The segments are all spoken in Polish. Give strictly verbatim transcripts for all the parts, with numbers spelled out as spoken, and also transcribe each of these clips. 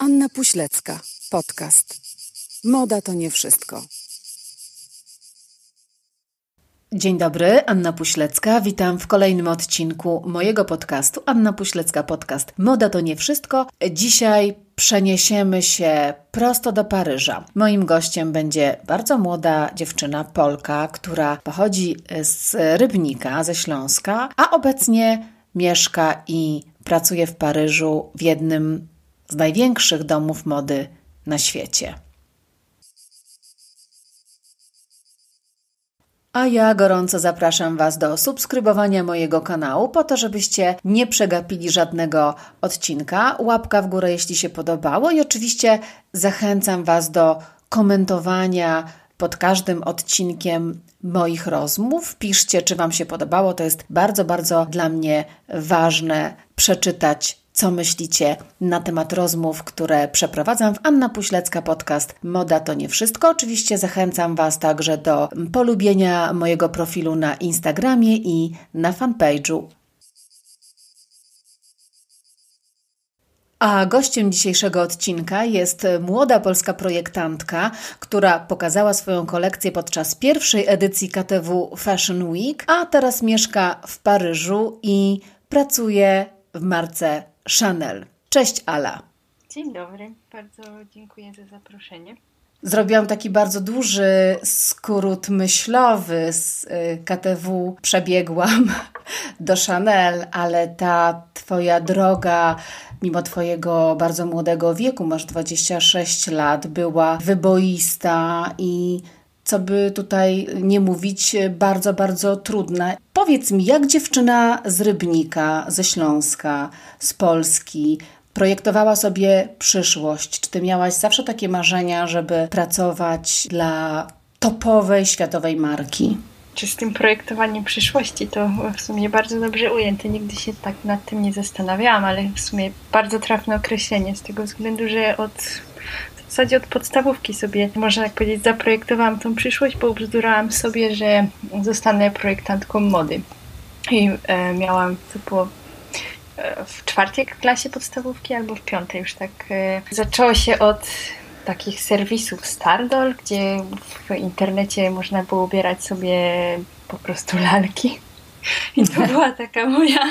Anna Puślecka, podcast. Moda to nie wszystko. Dzień dobry, Anna Puślecka. Witam w kolejnym odcinku mojego podcastu. Anna Puślecka, podcast Moda to nie wszystko. Dzisiaj przeniesiemy się prosto do Paryża. Moim gościem będzie bardzo młoda dziewczyna, Polka, która pochodzi z Rybnika, ze Śląska, a obecnie mieszka i pracuje w Paryżu w jednym z największych domów mody na świecie. A ja gorąco zapraszam Was do subskrybowania mojego kanału po to, żebyście nie przegapili żadnego odcinka. Łapka w górę, jeśli się podobało, i oczywiście zachęcam Was do komentowania pod każdym odcinkiem moich rozmów. Piszcie, czy Wam się podobało. To jest bardzo, bardzo dla mnie ważne przeczytać, co myślicie na temat rozmów, które przeprowadzam w Anna Puślecka podcast Moda to nie wszystko. Oczywiście zachęcam Was także do polubienia mojego profilu na Instagramie i na fanpage'u. A gościem dzisiejszego odcinka jest młoda polska projektantka, która pokazała swoją kolekcję podczas pierwszej edycji K T W Fashion Week, a teraz mieszka w Paryżu i pracuje w marce Chanel. Cześć, Ala. Dzień dobry, bardzo dziękuję za zaproszenie. Zrobiłam taki bardzo duży skrót myślowy z K T W. Przebiegłam do Chanel, ale ta Twoja droga, mimo Twojego bardzo młodego wieku, masz dwadzieścia sześć lat, była wyboista i, co by tutaj nie mówić, bardzo, bardzo trudna. Powiedz mi, jak dziewczyna z Rybnika, ze Śląska, z Polski projektowała sobie przyszłość? Czy Ty miałaś zawsze takie marzenia, żeby pracować dla topowej, światowej marki? Czy z tym projektowaniem przyszłości to w sumie bardzo dobrze ujęte. Nigdy się tak nad tym nie zastanawiałam, ale w sumie bardzo trafne określenie z tego względu, że od w zasadzie od podstawówki sobie, można tak powiedzieć, zaprojektowałam tą przyszłość, bo ubzdurałam sobie, że zostanę projektantką mody. I e, miałam, to było e, w czwartej klasie podstawówki albo w piątej już tak. E, zaczęło się od takich serwisów Stardoll, gdzie w internecie można było ubierać sobie po prostu lalki. I to była taka moja,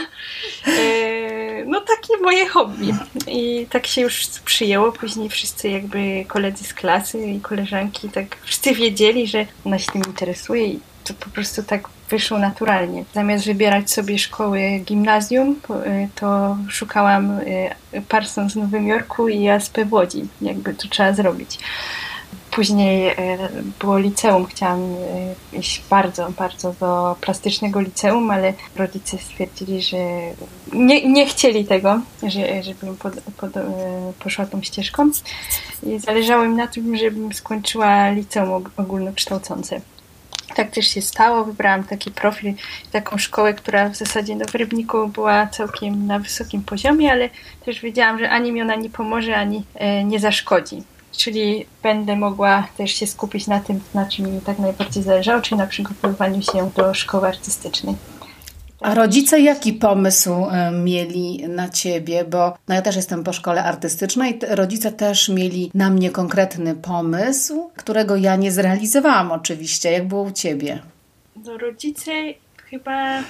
e, no takie moje hobby. I tak się już przyjęło. Później wszyscy jakby koledzy z klasy i koleżanki, tak wszyscy wiedzieli, że ona się tym interesuje i to po prostu tak wyszło naturalnie. Zamiast wybierać sobie szkoły gimnazjum, to szukałam Parsons w Nowym Jorku i A S P w Łodzi. Jakby to trzeba zrobić. Później było liceum. Chciałam iść bardzo, bardzo do plastycznego liceum, ale rodzice stwierdzili, że nie, nie chcieli tego, że, żebym pod, pod, poszła tą ścieżką. I zależało im na tym, żebym skończyła liceum ogólnokształcące. Tak też się stało. Wybrałam taki profil, taką szkołę, która w zasadzie no, w Rybniku była całkiem na wysokim poziomie, ale też wiedziałam, że ani mi ona nie pomoże, ani e, nie zaszkodzi. Czyli będę mogła też się skupić na tym, na czym mi tak najbardziej zależało, czyli na przygotowywaniu się do szkoły artystycznej. A rodzice jaki pomysł mieli na Ciebie? Bo no ja też jestem po szkole artystycznej, rodzice też mieli na mnie konkretny pomysł, którego ja nie zrealizowałam oczywiście. Jak było u Ciebie? No rodzice chyba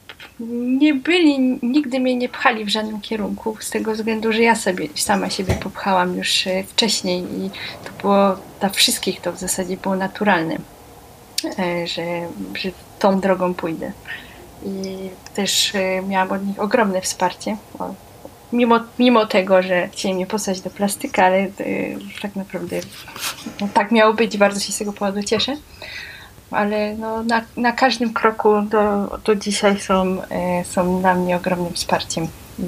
nie byli, nigdy mnie nie pchali w żadnym kierunku, z tego względu, że ja sobie sama siebie popchałam już wcześniej i to było dla wszystkich, to w zasadzie było naturalne, że, że tą drogą pójdę. I też miałam od nich ogromne wsparcie. Mimo, mimo tego, że chcieli mnie posłać do plastyka, ale tak naprawdę no, tak miało być i bardzo się z tego powodu cieszę. Ale no, na, na każdym kroku do, do dzisiaj są, są dla mnie ogromnym wsparciem. I,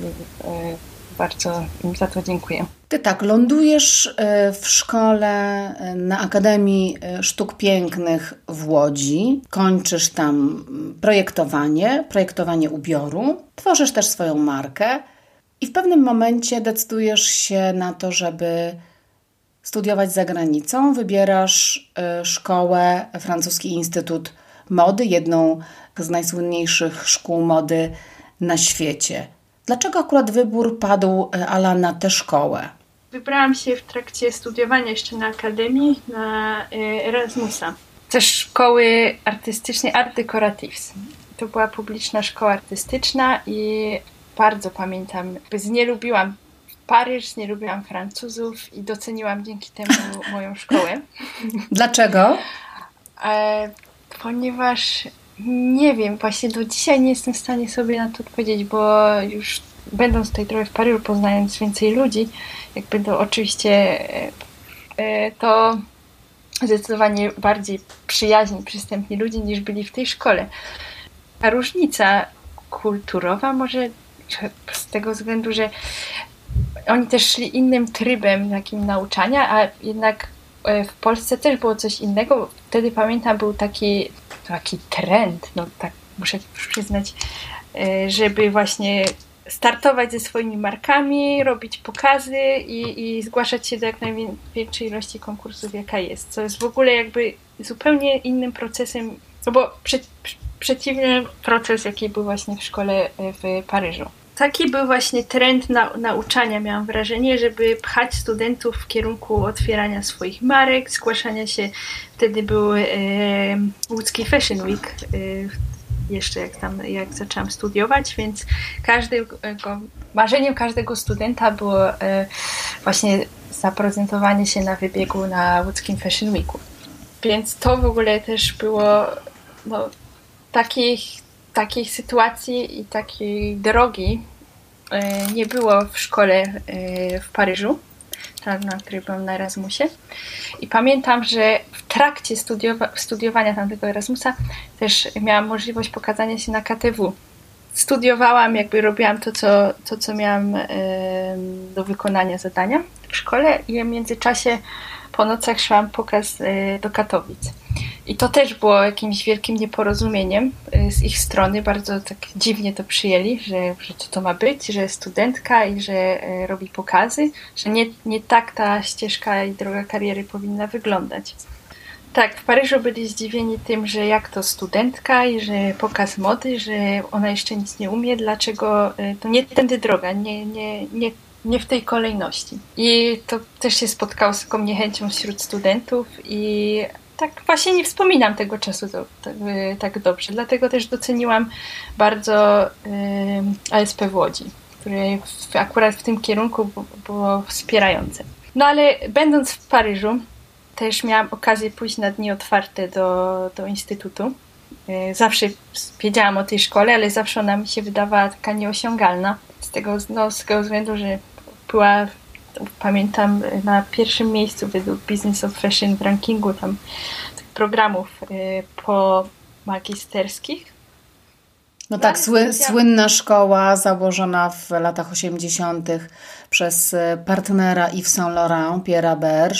bardzo im za to dziękuję. Ty tak, lądujesz w szkole na Akademii Sztuk Pięknych w Łodzi, kończysz tam projektowanie, projektowanie ubioru, tworzysz też swoją markę i w pewnym momencie decydujesz się na to, żeby studiować za granicą. Wybierasz szkołę Francuski Instytut Mody, jedną z najsłynniejszych szkół mody na świecie. Dlaczego akurat wybór padł, Ala, na tę szkołę? wybrałam się w trakcie studiowania jeszcze na Akademii na Erasmusa. Ze szkoły artystycznej Art Decoratives. To była publiczna szkoła artystyczna i bardzo pamiętam, że nie lubiłam Paryż, nie lubiłam Francuzów i doceniłam dzięki temu moją szkołę. Dlaczego? E, ponieważ nie wiem, właśnie do dzisiaj nie jestem w stanie sobie na to odpowiedzieć, bo już będąc tutaj trochę w Paryżu, poznając więcej ludzi, jakby to oczywiście e, e, to zdecydowanie bardziej przyjaźni, przystępni ludzie niż byli w tej szkole. Ta różnica kulturowa może z tego względu, że oni też szli innym trybem takim nauczania, a jednak w Polsce też było coś innego. Wtedy pamiętam, był taki, taki trend, no tak muszę przyznać, żeby właśnie startować ze swoimi markami, robić pokazy i, i zgłaszać się do jak największej ilości konkursów, jaka jest. Co jest w ogóle jakby zupełnie innym procesem, no bo prze, przeciwny proces, jaki był właśnie w szkole w Paryżu. Taki był właśnie trend na, nauczania, miałam wrażenie, żeby pchać studentów w kierunku otwierania swoich marek, zgłaszania się. Wtedy był e, łódzki Fashion Week, e, jeszcze jak tam jak zaczęłam studiować, więc każdego, marzeniem każdego studenta było e, właśnie zaprezentowanie się na wybiegu na łódzkim Fashion Weeku. Więc to w ogóle też było no, takich takiej sytuacji i takiej drogi e, nie było w szkole e, w Paryżu, tam, na której byłam na Erasmusie. I pamiętam, że w trakcie studiowa- studiowania tamtego Erasmusa też miałam możliwość pokazania się na K T W. Studiowałam, jakby robiłam to, co, to, co miałam e, do wykonania zadania w szkole i w międzyczasie po nocach szłam pokaz e, do Katowic. I to też było jakimś wielkim nieporozumieniem z ich strony. Bardzo tak dziwnie to przyjęli, że, że co to ma być, że studentka i że robi pokazy, że nie, nie tak ta ścieżka i droga kariery powinna wyglądać. Tak, w Paryżu byli zdziwieni tym, że jak to studentka i że pokaz mody, że ona jeszcze nic nie umie, dlaczego to nie tędy droga, nie, nie, nie, nie w tej kolejności. I to też się spotkało z taką niechęcią wśród studentów i tak właśnie nie wspominam tego czasu to, to, tak dobrze. Dlatego też doceniłam bardzo y, A S P w Łodzi, które w, akurat w tym kierunku było, było wspierające. No ale będąc w Paryżu też miałam okazję pójść na dni otwarte do, do instytutu. Y, zawsze wiedziałam o tej szkole, ale zawsze ona mi się wydawała taka nieosiągalna. Z tego, no, z tego względu, że była... Pamiętam na pierwszym miejscu według Business of Fashion w rankingu tam tych programów y, po magisterskich. No tak, sły, słynna szkoła założona w latach osiemdziesiątych przez partnera Yves Saint Laurent, Pierre'a Berge.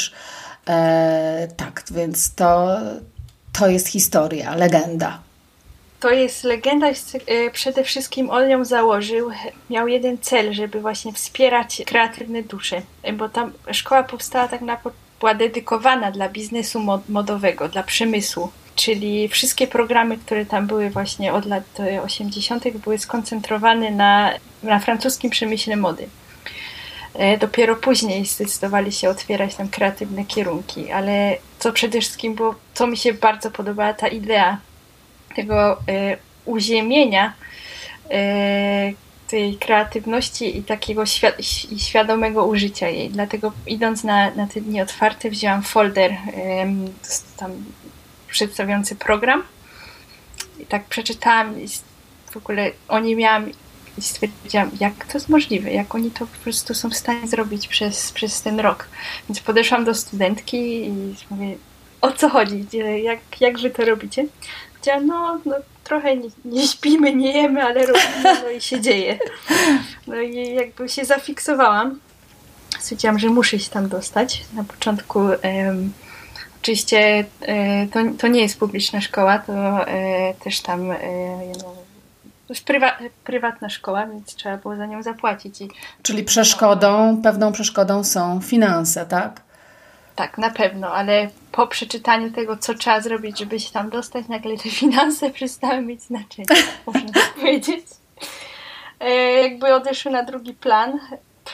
E, tak, więc to, to jest historia, legenda. To jest legenda, przede wszystkim on ją założył, miał jeden cel, żeby właśnie wspierać kreatywne dusze, bo tam szkoła powstała tak naprawdę, była dedykowana dla biznesu mod- modowego, dla przemysłu, czyli wszystkie programy, które tam były właśnie od lat osiemdziesiątych były skoncentrowane na, na francuskim przemyśle mody. Dopiero później zdecydowali się otwierać tam kreatywne kierunki, ale co przede wszystkim było, co mi się bardzo podobała, ta idea tego y, uziemienia y, tej kreatywności i takiego świ- i świadomego użycia jej. Dlatego idąc na, na te dni otwarte wzięłam folder y, tam przedstawiający program i tak przeczytałam i w ogóle o niej miałam i stwierdziłam, jak to jest możliwe, jak oni to po prostu są w stanie zrobić przez, przez ten rok. Więc podeszłam do studentki i mówię, o co chodzi, jak, jak wy to robicie? No, no trochę nie, nie śpimy, nie jemy, ale robimy, no i się dzieje. No i jakby się zafiksowałam. Stwierdziłam, że muszę się tam dostać. Na początku um, oczywiście e, to, to nie jest publiczna szkoła, to e, też tam e, no, to jest prywa, prywatna szkoła, więc trzeba było za nią zapłacić. I, Czyli przeszkodą, pewną przeszkodą są finanse, tak? Tak, na pewno, ale po przeczytaniu tego, co trzeba zrobić, żeby się tam dostać, nagle te finanse przestały mieć znaczenie, można tak powiedzieć. E, jakby odeszły na drugi plan.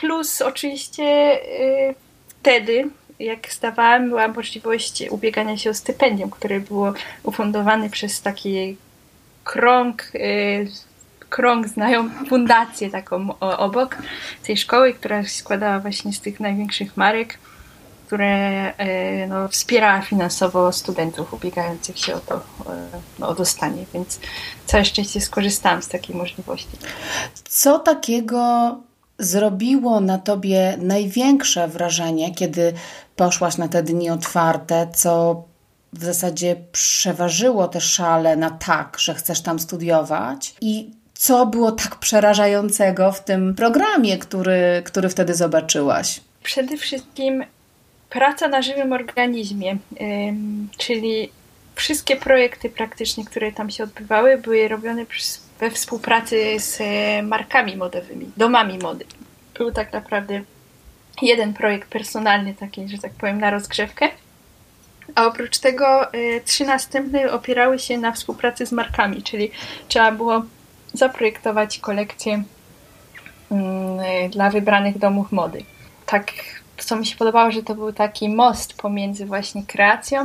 plus oczywiście y, wtedy, jak zdawałam, była możliwość ubiegania się o stypendium, które było ufundowane przez taki krąg, y, krąg znają fundację taką obok tej szkoły, która się składała właśnie z tych największych marek, które y, no, wspierała finansowo studentów ubiegających się o to, y, no, o dostanie, więc całe szczęście skorzystałam z takiej możliwości. Co takiego zrobiło na tobie największe wrażenie, kiedy poszłaś na te dni otwarte, co w zasadzie przeważyło te szale na tak, że chcesz tam studiować? I co było tak przerażającego w tym programie, który, który wtedy zobaczyłaś? Przede wszystkim praca na żywym organizmie, ym, czyli wszystkie projekty praktycznie, które tam się odbywały, były robione we współpracy z markami modowymi, domami mody. Był tak naprawdę jeden projekt personalny, taki, że tak powiem, na rozgrzewkę, a oprócz tego y, trzy następne opierały się na współpracy z markami, czyli trzeba było zaprojektować kolekcję y, dla wybranych domów mody. Tak, co mi się podobało, że to był taki most pomiędzy właśnie kreacją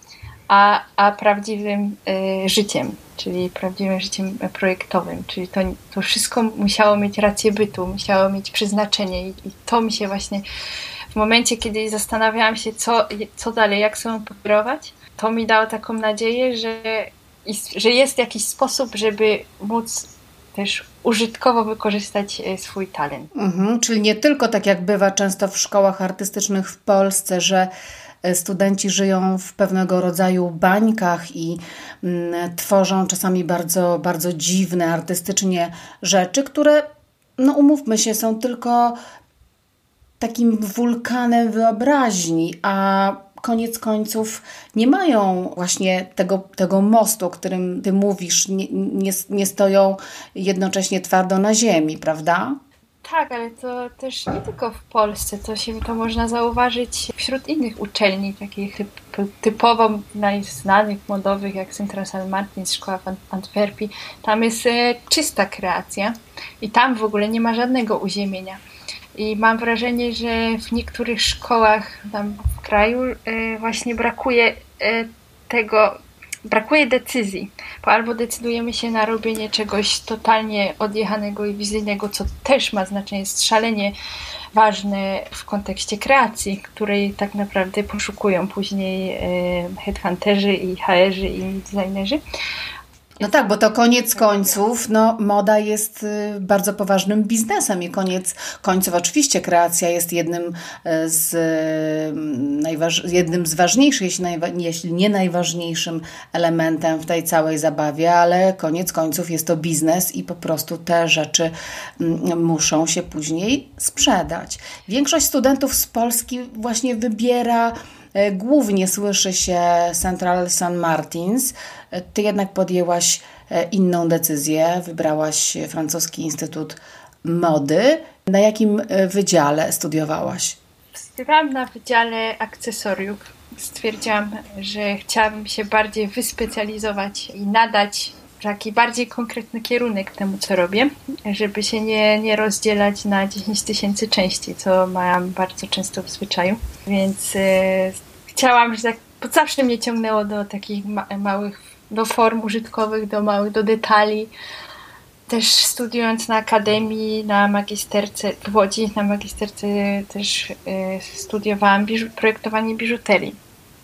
a, a prawdziwym y, życiem, czyli prawdziwym życiem projektowym, czyli to, to wszystko musiało mieć rację bytu, musiało mieć przeznaczenie i, i to mi się właśnie w momencie, kiedy zastanawiałam się, co, co dalej, jak sobie pokierować, to mi dało taką nadzieję, że, że jest jakiś sposób, żeby móc też użytkowo wykorzystać swój talent. Mhm, czyli nie tylko tak jak bywa często w szkołach artystycznych w Polsce, że studenci żyją w pewnego rodzaju bańkach i mm, tworzą czasami bardzo, bardzo dziwne artystycznie rzeczy, które, no umówmy się, są tylko takim wulkanem wyobraźni, a koniec końców nie mają właśnie tego, tego mostu, o którym ty mówisz, nie, nie, nie stoją jednocześnie twardo na ziemi, prawda? Tak, ale to też nie tylko w Polsce, to się to można zauważyć wśród innych uczelni, takich typ, typowo najznanych, modowych, jak Central Saint Martins, szkoła w Antwerpii. Tam jest e, czysta kreacja i tam w ogóle nie ma żadnego uziemienia. I mam wrażenie, że w niektórych szkołach tam w kraju e, właśnie brakuje e, tego, brakuje decyzji, bo albo decydujemy się na robienie czegoś totalnie odjechanego i wizyjnego, co też ma znaczenie, jest szalenie ważne w kontekście kreacji, której tak naprawdę poszukują później headhunterzy i H R-zy i designerzy. No tak, bo to koniec końców, no moda jest bardzo poważnym biznesem i koniec końców oczywiście kreacja jest jednym z, najważ- jednym z ważniejszych, jeśli, najwa- jeśli nie najważniejszym elementem w tej całej zabawie, ale koniec końców jest to biznes i po prostu te rzeczy muszą się później sprzedać. Większość studentów z Polski właśnie wybiera, głównie słyszy się Central Saint Martins. Ty jednak podjęłaś inną decyzję, wybrałaś Francuski Instytut Mody. Na jakim wydziale studiowałaś? Studiowałam na Wydziale Akcesoriów. Stwierdziłam, że chciałabym się bardziej wyspecjalizować i nadać taki bardziej konkretny kierunek temu, co robię, żeby się nie, nie rozdzielać na dziesięć tysięcy części, co mam bardzo często w zwyczaju. Więc e, chciałam, że tak, bo zawsze mnie ciągnęło do takich ma- małych, do form użytkowych, do małych, do detali. Też studiując na akademii, na magisterce w Łodzi, na magisterce też e, studiowałam biżu- projektowanie biżuterii.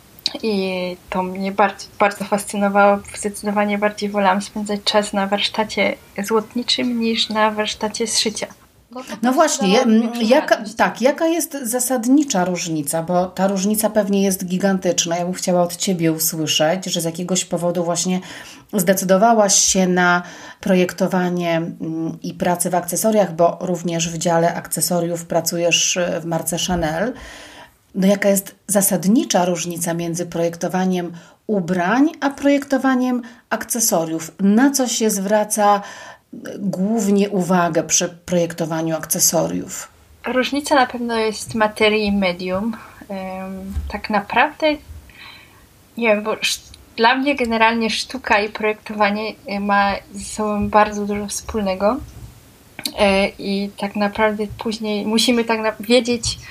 I to mnie bardzo, bardzo fascynowało. Zdecydowanie bardziej wolałam spędzać czas na warsztacie złotniczym niż na warsztacie zszycia. No, no właśnie, jaka, tak, jaka jest zasadnicza różnica? Bo ta różnica pewnie jest gigantyczna. Ja bym chciała od Ciebie usłyszeć, że z jakiegoś powodu właśnie zdecydowałaś się na projektowanie i pracę w akcesoriach, bo również w dziale akcesoriów pracujesz w marce Chanel. No jaka jest zasadnicza różnica między projektowaniem ubrań, a projektowaniem akcesoriów? Na co się zwraca głównie uwagę przy projektowaniu akcesoriów? Różnica na pewno jest materii i medium. Tak naprawdę, nie wiem, bo dla mnie generalnie sztuka i projektowanie ma ze sobą bardzo dużo wspólnego. i tak naprawdę później musimy tak na- wiedzieć,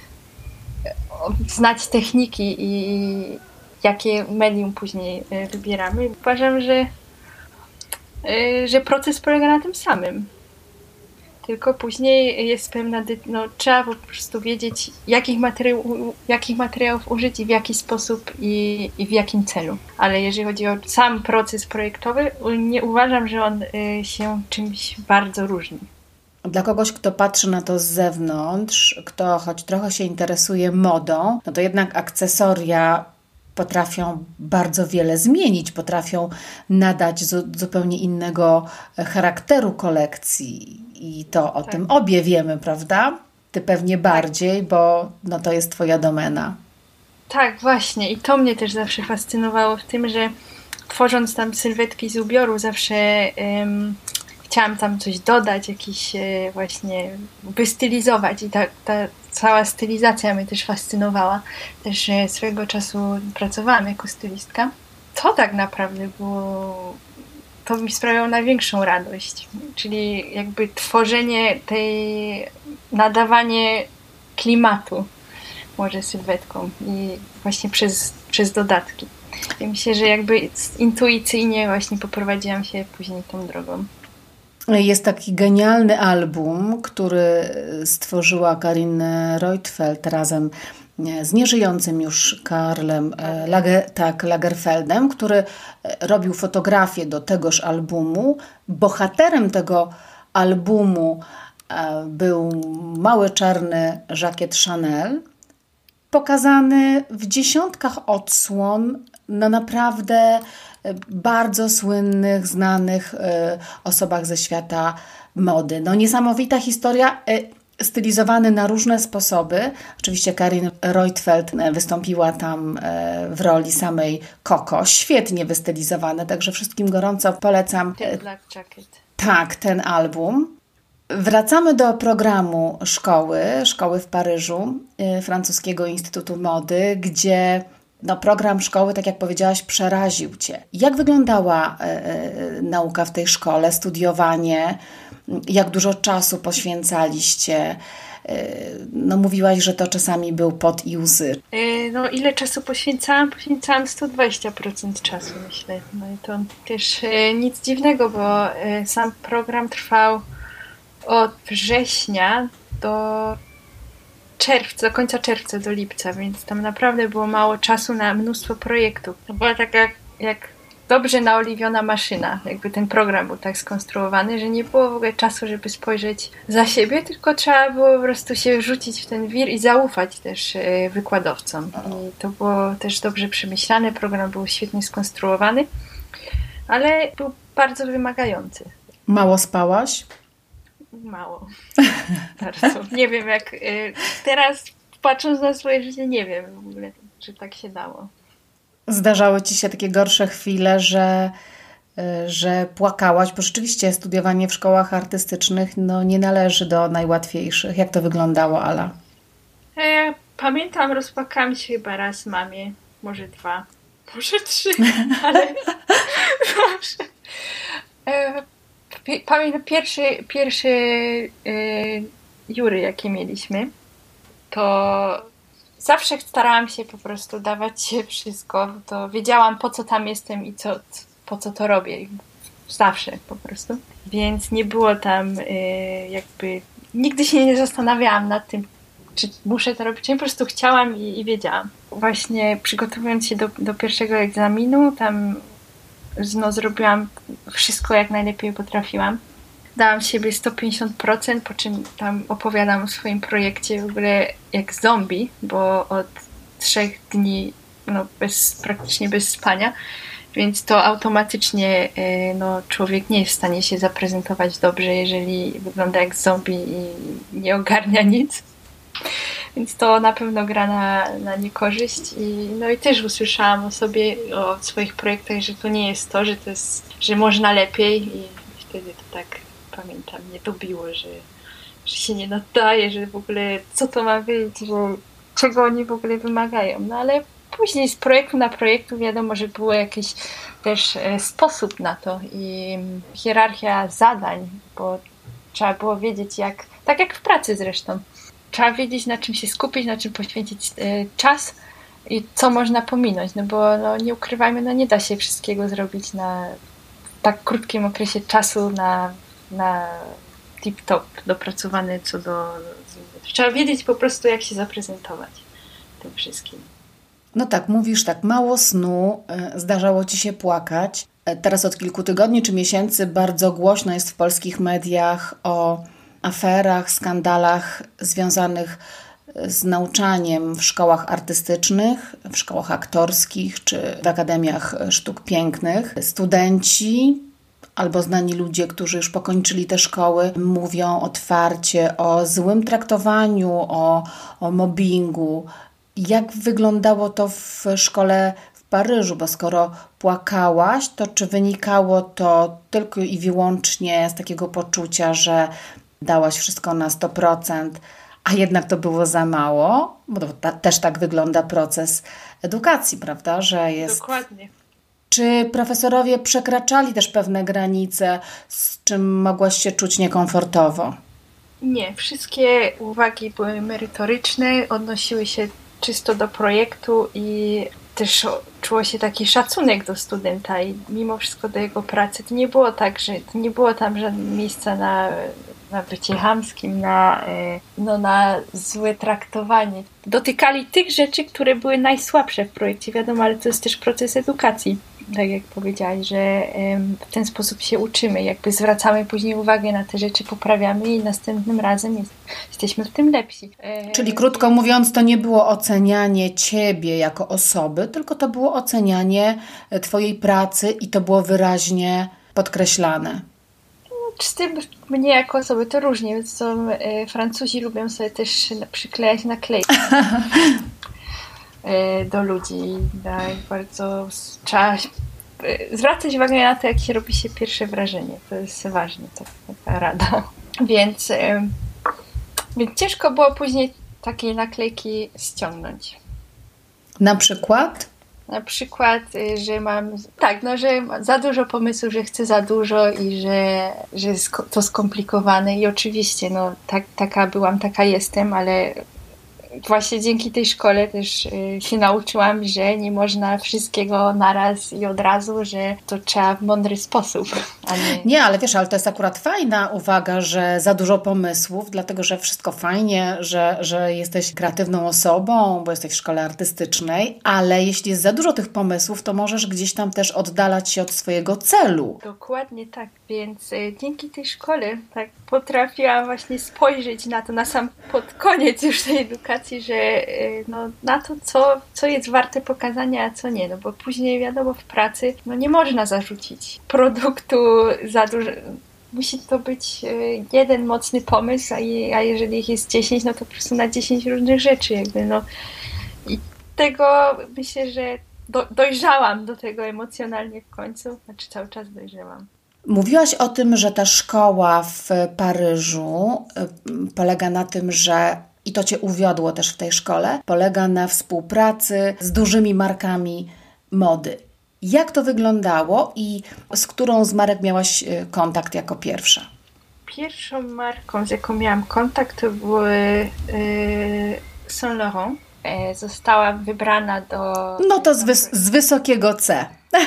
znać techniki i jakie medium później wybieramy. Uważam, że, że proces polega na tym samym. Tylko później jest pewna, no trzeba po prostu wiedzieć, jakich, materiał, jakich materiałów użyć i w jaki sposób i, i w jakim celu. Ale jeżeli chodzi o sam proces projektowy, nie uważam, że on się czymś bardzo różni. Dla kogoś, kto patrzy na to z zewnątrz, kto choć trochę się interesuje modą, no to jednak akcesoria potrafią bardzo wiele zmienić, potrafią nadać z, zupełnie innego charakteru kolekcji. I to o tak. tym obie wiemy, prawda? Ty pewnie bardziej, bo no to jest twoja domena. Tak, właśnie. I to mnie też zawsze fascynowało w tym, że tworząc tam sylwetki z ubioru zawsze um, chciałam tam coś dodać, jakiś e, właśnie wystylizować i ta, ta cała stylizacja mnie też fascynowała. Też e, swego czasu pracowałam jako stylistka. To tak naprawdę było... To mi sprawiało największą radość, czyli jakby tworzenie tej, nadawanie klimatu może sylwetką i właśnie przez, przez dodatki. I myślę, że jakby intuicyjnie właśnie poprowadziłam się później tą drogą. Jest taki genialny album, który stworzyła Karin Reutefeldt razem z nieżyjącym już Karlem Lager, tak, Lagerfeldem, który robił fotografię do tegoż albumu. Bohaterem tego albumu był mały czarny żakiet Chanel, pokazany w dziesiątkach odsłon na naprawdę bardzo słynnych, znanych osobach ze świata mody. No niesamowita historia, stylizowany na różne sposoby. Oczywiście Karin Reutefeldt wystąpiła tam w roli samej Coco. Świetnie wystylizowane, także wszystkim gorąco polecam. Ten Black Jacket. Tak, ten album. Wracamy do programu szkoły, szkoły w Paryżu, Francuskiego Instytutu Mody, gdzie no, program szkoły, tak jak powiedziałaś, przeraził Cię. Jak wyglądała y, nauka w tej szkole, studiowanie? Jak dużo czasu poświęcaliście? No mówiłaś, że to czasami był pot i łzy. No ile czasu poświęcałam? Poświęcałam sto dwadzieścia procent czasu, myślę. No i to też nic dziwnego, bo sam program trwał od września do czerwca, do końca czerwca, do lipca, więc tam naprawdę było mało czasu na mnóstwo projektów. To była taka jak dobrze naoliwiona maszyna, jakby ten program był tak skonstruowany, że nie było w ogóle czasu, żeby spojrzeć za siebie, tylko trzeba było po prostu się rzucić w ten wir i zaufać też wykładowcom. I to było też dobrze przemyślane, program był świetnie skonstruowany, ale był bardzo wymagający. Mało spałaś? Mało. Bardzo. Nie wiem jak... Teraz patrząc na swoje życie, nie wiem w ogóle, czy tak się dało. Zdarzały Ci się takie gorsze chwile, że, że płakałaś, bo rzeczywiście studiowanie w szkołach artystycznych no, nie należy do najłatwiejszych. Jak to wyglądało, Ala? Ja pamiętam, rozpłakałam się chyba raz mamie, może dwa, może trzy, ale dobrze. Pamiętam pierwszy, pierwszy yy, jury, jakie mieliśmy, to zawsze starałam się po prostu dawać się wszystko, to wiedziałam, po co tam jestem i co, po co to robię. Zawsze po prostu. Więc nie było tam yy, jakby... Nigdy się nie zastanawiałam nad tym, czy muszę to robić. Ja po prostu chciałam i, i wiedziałam. Właśnie przygotowując się do, do pierwszego egzaminu, tam no, zrobiłam wszystko jak najlepiej potrafiłam. Dałam siebie sto pięćdziesiąt procent, po czym tam opowiadam o swoim projekcie w ogóle jak zombie, bo od trzech dni no, bez, praktycznie bez spania, więc to automatycznie no, człowiek nie jest w stanie się zaprezentować dobrze, jeżeli wygląda jak zombie i nie ogarnia nic. Więc to na pewno gra na, na niekorzyść i, no i też usłyszałam o sobie, o swoich projektach, że to nie jest to, że to jest, że można lepiej i wtedy to tak pamiętam, mnie to biło, że, że się nie nadaje, że w ogóle co to ma być, że czego oni w ogóle wymagają. No ale później z projektu na projektu wiadomo, że było jakiś też sposób na to i hierarchia zadań, bo trzeba było wiedzieć jak, tak jak w pracy zresztą, trzeba wiedzieć na czym się skupić, na czym poświęcić y, czas i co można pominąć, no bo no, nie ukrywajmy, no nie da się wszystkiego zrobić na tak krótkim okresie czasu na, na tip-top dopracowany co do... Trzeba wiedzieć po prostu jak się zaprezentować tym wszystkim. No tak, mówisz tak, mało snu, zdarzało Ci się płakać. Teraz od kilku tygodni czy miesięcy bardzo głośno jest w polskich mediach o aferach, skandalach związanych z nauczaniem w szkołach artystycznych, w szkołach aktorskich czy w akademiach sztuk pięknych. Studenci albo znani ludzie, którzy już pokończyli te szkoły, mówią otwarcie o złym traktowaniu, o, o mobbingu. Jak wyglądało to w szkole w Paryżu? Bo skoro płakałaś, to czy wynikało to tylko i wyłącznie z takiego poczucia, że dałaś wszystko na sto procent, a jednak to było za mało? Bo to ta, też tak wygląda proces edukacji, prawda? Że jest... Dokładnie. Czy profesorowie przekraczali też pewne granice, z czym mogłaś się czuć niekomfortowo? Nie, wszystkie uwagi były merytoryczne, odnosiły się czysto do projektu i też czuło się taki szacunek do studenta i mimo wszystko do jego pracy. To nie było tak, że to nie było tam żadnego miejsca na, na bycie chamskim, na, no, na złe traktowanie. Dotykali tych rzeczy, które były najsłabsze w projekcie, wiadomo, ale to jest też proces edukacji. Tak jak powiedziałaś, że w ten sposób się uczymy, jakby zwracamy później uwagę na te rzeczy, poprawiamy i następnym razem jest, jesteśmy w tym lepsi. Czyli krótko mówiąc, to nie było ocenianie Ciebie jako osoby, tylko to było ocenianie Twojej pracy i to było wyraźnie podkreślane. Z tym mnie jako osoby to różnie, więc to Francuzi lubią sobie też przyklejać naklejki do ludzi. Tak, bardzo trzeba zwracać uwagę na to, jak się robi się pierwsze wrażenie. To jest ważne, to taka rada. Więc, więc ciężko było później takie naklejki ściągnąć. Na przykład? Na przykład, że mam tak, no, że za dużo pomysłów, że chcę za dużo i że, że jest to skomplikowane i oczywiście, no tak, taka byłam, taka jestem, ale właśnie dzięki tej szkole też się nauczyłam, że nie można wszystkiego naraz i od razu, że to trzeba w mądry sposób, a nie... Nie, ale wiesz, ale to jest akurat fajna uwaga, że za dużo pomysłów, dlatego, że wszystko fajnie, że, że jesteś kreatywną osobą, bo jesteś w szkole artystycznej, ale jeśli jest za dużo tych pomysłów, to możesz gdzieś tam też oddalać się od swojego celu. Dokładnie tak, więc y, dzięki tej szkole tak potrafiłam właśnie spojrzeć na to na sam pod koniec już tej edukacji, że no, na to, co, co jest warte pokazania, a co nie. No bo później wiadomo w pracy no, nie można zarzucić produktu za dużo. Musi to być jeden mocny pomysł, a, je, a jeżeli ich jest dziesięć, no to po prostu na dziesięć różnych rzeczy jakby, no. I tego myślę, że do, dojrzałam do tego emocjonalnie w końcu, znaczy cały czas dojrzałam. Mówiłaś o tym, że ta szkoła w Paryżu polega na tym, że i to Cię uwiodło też w tej szkole, polega na współpracy z dużymi markami mody. Jak to wyglądało i z którą z marek miałaś kontakt jako pierwsza? Pierwszą marką, z jaką miałam kontakt, to były yy, Saint Laurent. Yy, zostałam wybrana do... No to z, wys- z wysokiego C.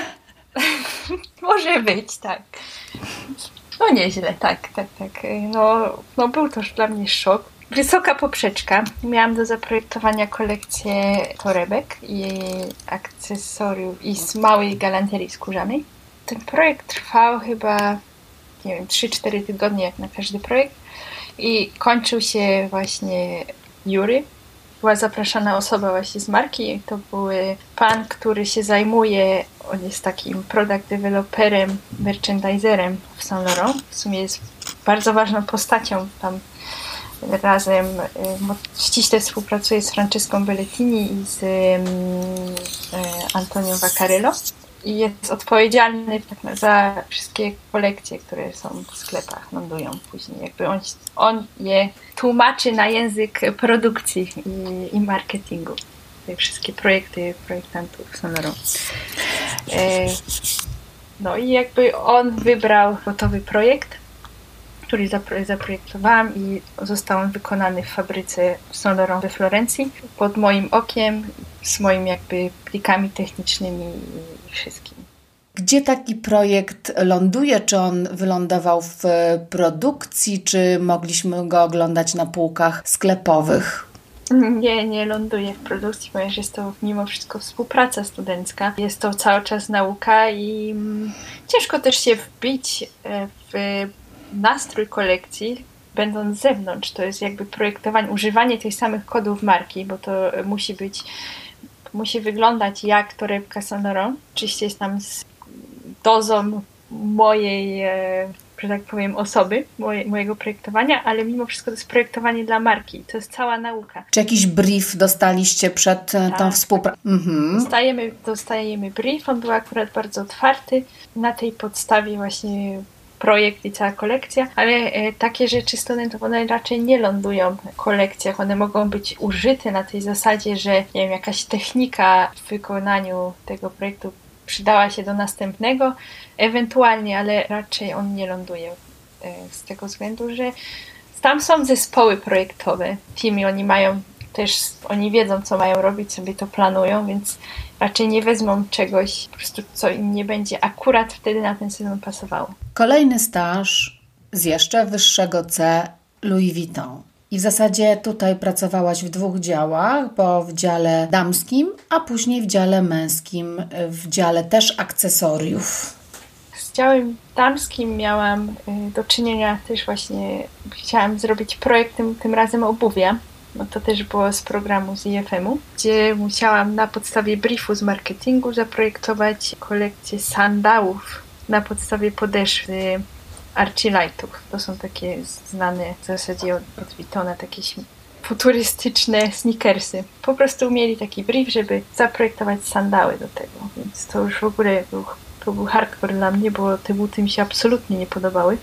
Może być, tak. No nieźle, tak, tak, tak. No, no był to już dla mnie szok. Wysoka poprzeczka. Miałam do zaprojektowania kolekcję torebek i akcesoriów i z małej galanterii skórzanej. Ten projekt trwał chyba, nie wiem, trzy cztery tygodnie jak na każdy projekt i kończył się właśnie jury. Była zapraszana osoba właśnie z marki. To był pan, który się zajmuje, on jest takim product developerem, merchandiserem w Saint Laurent. W sumie jest bardzo ważną postacią tam. Razem ściśle współpracuje z Francescą Bellettini i z Antonią Vaccarello i jest odpowiedzialny za wszystkie kolekcje, które są w sklepach, lądują później. Jakby on, on je tłumaczy na język produkcji i, i marketingu. Te wszystkie projekty projektantów Saint No i jakby on wybrał gotowy projekt, który zaprojektowałam i został on wykonany w fabryce Saint Laurent we Florencji pod moim okiem, z moimi jakby plikami technicznymi i wszystkim. Gdzie taki projekt ląduje? Czy on wylądował w produkcji, czy mogliśmy go oglądać na półkach sklepowych? Nie, nie ląduje w produkcji, ponieważ jest to mimo wszystko współpraca studencka. Jest to cały czas nauka i ciężko też się wbić w nastrój kolekcji, będąc z zewnątrz. To jest jakby projektowanie, używanie tych samych kodów marki, bo to musi być, musi wyglądać jak torebka Saint Laurent. Oczywiście jest tam z dozą mojej, że tak powiem, osoby, moje, mojego projektowania, ale mimo wszystko to jest projektowanie dla marki. To jest cała nauka. Czy jakiś brief dostaliście przed tak, tą współpracą? Mhm. Dostajemy, dostajemy brief, on był akurat bardzo otwarty. Na tej podstawie właśnie projekt i cała kolekcja, ale e, takie rzeczy studentów, one raczej nie lądują w kolekcjach. One mogą być użyte na tej zasadzie, że nie wiem, jakaś technika w wykonaniu tego projektu przydała się do następnego, ewentualnie, ale raczej on nie ląduje z tego względu, że tam są zespoły projektowe. Teamy, oni mają też, oni wiedzą, co mają robić, sobie to planują, więc raczej nie wezmą czegoś, po prostu co im nie będzie akurat wtedy na ten sezon pasowało. Kolejny staż z jeszcze wyższego C, Louis Vuitton. I w zasadzie tutaj pracowałaś w dwóch działach, bo w dziale damskim, a później w dziale męskim, w dziale też akcesoriów. Z działem damskim miałam do czynienia też właśnie, chciałam zrobić projekt tym, tym razem obuwia, bo to też było z programu z I F M u, gdzie musiałam na podstawie briefu z marketingu zaprojektować kolekcję sandałów na podstawie podeszwy Archielightów. To są takie znane w zasadzie od, od Vuittona, takie futurystyczne sneakersy. Po prostu mieli taki brief, żeby zaprojektować sandały do tego, więc to już w ogóle był, to był hardcore dla mnie, bo te buty mi się absolutnie nie podobały.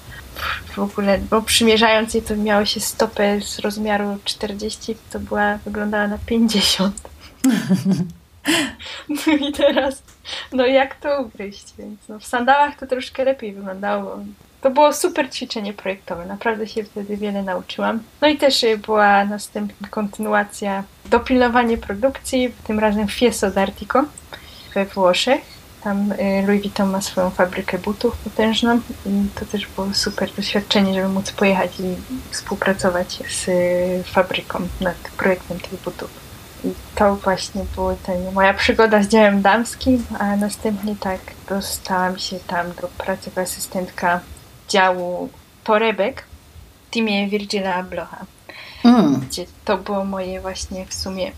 W ogóle, bo przymierzając je, to miało się stopę z rozmiaru czterdzieści, to była, wyglądała na pięćdziesiąt. No i teraz, no jak to ugryźć? Więc no, w sandałach to troszkę lepiej wyglądało. To było super ćwiczenie projektowe, naprawdę się wtedy wiele nauczyłam. No i też była następna kontynuacja, dopilnowanie produkcji, tym razem w Fieso d'Artico we Włoszech. Tam Louis Vuitton ma swoją fabrykę butów potężną i to też było super doświadczenie, żeby móc pojechać i współpracować z fabryką nad projektem tych butów. I to właśnie była moja przygoda z działem damskim, a następnie tak dostałam się tam do pracy jako asystentka działu torebek w teamie Virgila Abloha, mm. gdzie to było moje właśnie w sumie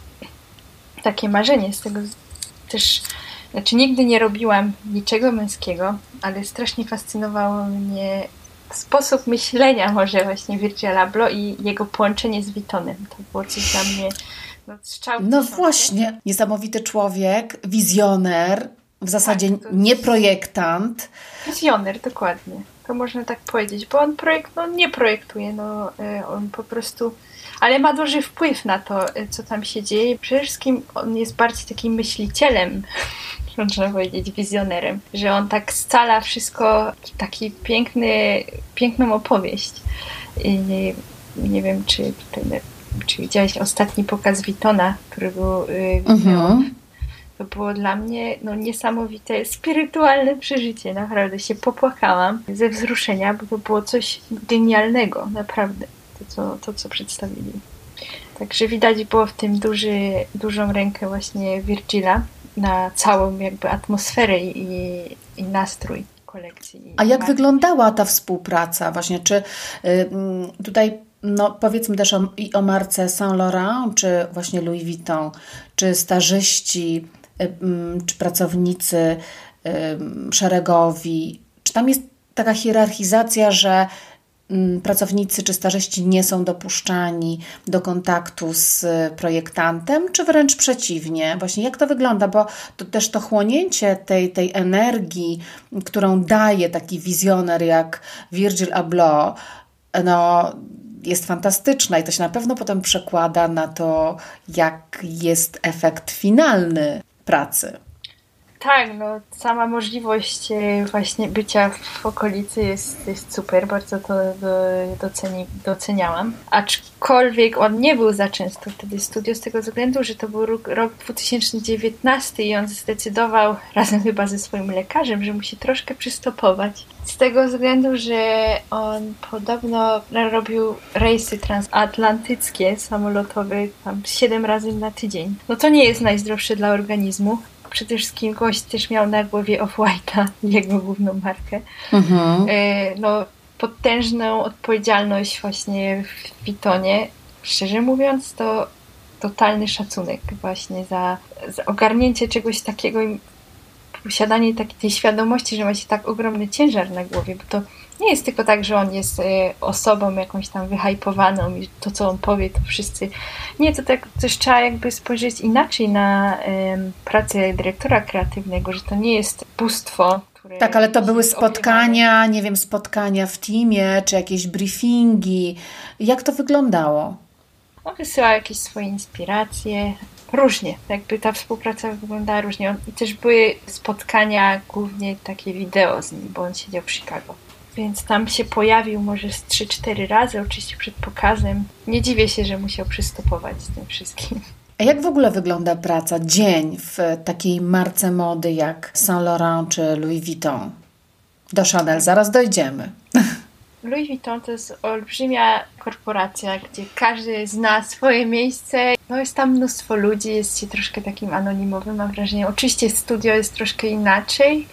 takie marzenie. Z tego też, znaczy nigdy nie robiłam niczego męskiego, ale strasznie fascynowało mnie sposób myślenia może właśnie Virgila Abloh i jego połączenie z Vuittonem. To było coś dla mnie no, strzał w No właśnie, niesamowity człowiek, wizjoner, w zasadzie tak, nie projektant. Wizjoner, dokładnie. To można tak powiedzieć, bo on projekt, no, nie projektuje, no, on po prostu, ale ma duży wpływ na to, co tam się dzieje. Przede wszystkim on jest bardziej takim myślicielem, można powiedzieć, wizjonerem, że on tak scala wszystko w taki piękny, piękną opowieść. I nie, nie wiem, czy tutaj, czy widziałeś ostatni pokaz Vuittona, który był yy, uh-huh. To było dla mnie no, niesamowite, spirytualne przeżycie. Naprawdę się popłakałam ze wzruszenia, bo to było coś genialnego, naprawdę, to co, to, co przedstawili. Także widać było w tym duży, dużą rękę właśnie Virgila na całą jakby atmosferę i, i nastrój kolekcji. A jak marki. Wyglądała ta współpraca właśnie? Czy y, tutaj no powiedzmy też o, i o marce Saint Laurent, czy właśnie Louis Vuitton, czy stażyści, czy pracownicy szeregowi, czy tam jest taka hierarchizacja, że pracownicy czy stażyści nie są dopuszczani do kontaktu z projektantem, czy wręcz przeciwnie? Właśnie jak to wygląda? Bo to też to chłonięcie tej, tej energii, którą daje taki wizjoner jak Virgil Abloh, no jest fantastyczna i to się na pewno potem przekłada na to, jak jest efekt finalny pracy. Tak, no sama możliwość e, właśnie bycia w okolicy jest, jest super, bardzo to do, doceni, doceniałam. Aczkolwiek on nie był za często wtedy w studiu z tego względu, że to był rok, rok dwa tysiące dziewiętnasty i on zdecydował razem chyba ze swoim lekarzem, że musi troszkę przystopować. Z tego względu, że on podobno robił rejsy transatlantyckie, samolotowe tam siedem razy na tydzień. No to nie jest najzdrowsze dla organizmu. Przede wszystkim gość też miał na głowie Off-White'a, jego główną markę. Mhm. No, potężną odpowiedzialność właśnie w Vuittonie. Szczerze mówiąc, to totalny szacunek właśnie za, za ogarnięcie czegoś takiego i posiadanie takiej tej świadomości, że ma się tak ogromny ciężar na głowie, bo to nie jest tylko tak, że on jest osobą jakąś tam wyhypowaną i to, co on powie, to wszyscy... Nie, to tak też trzeba jakby spojrzeć inaczej na um, pracę dyrektora kreatywnego, że to nie jest bóstwo, które... Tak, ale to były spotkania, obrywane. nie wiem, spotkania w teamie, czy jakieś briefingi. Jak to wyglądało? On wysyłał jakieś swoje inspiracje. Różnie, jakby ta współpraca wyglądała różnie. I też były spotkania, głównie takie wideo z nim, bo on siedział w Chicago. Więc tam się pojawił może z trzy cztery razy, oczywiście przed pokazem. Nie dziwię się, że musiał przystopować z tym wszystkim. A jak w ogóle wygląda praca, dzień w takiej marce mody jak Saint Laurent czy Louis Vuitton? Do Chanel zaraz dojdziemy. Louis Vuitton to jest olbrzymia korporacja, gdzie każdy zna swoje miejsce. No jest tam mnóstwo ludzi, jest się troszkę takim anonimowym, mam wrażenie. Oczywiście studio jest troszkę inaczej,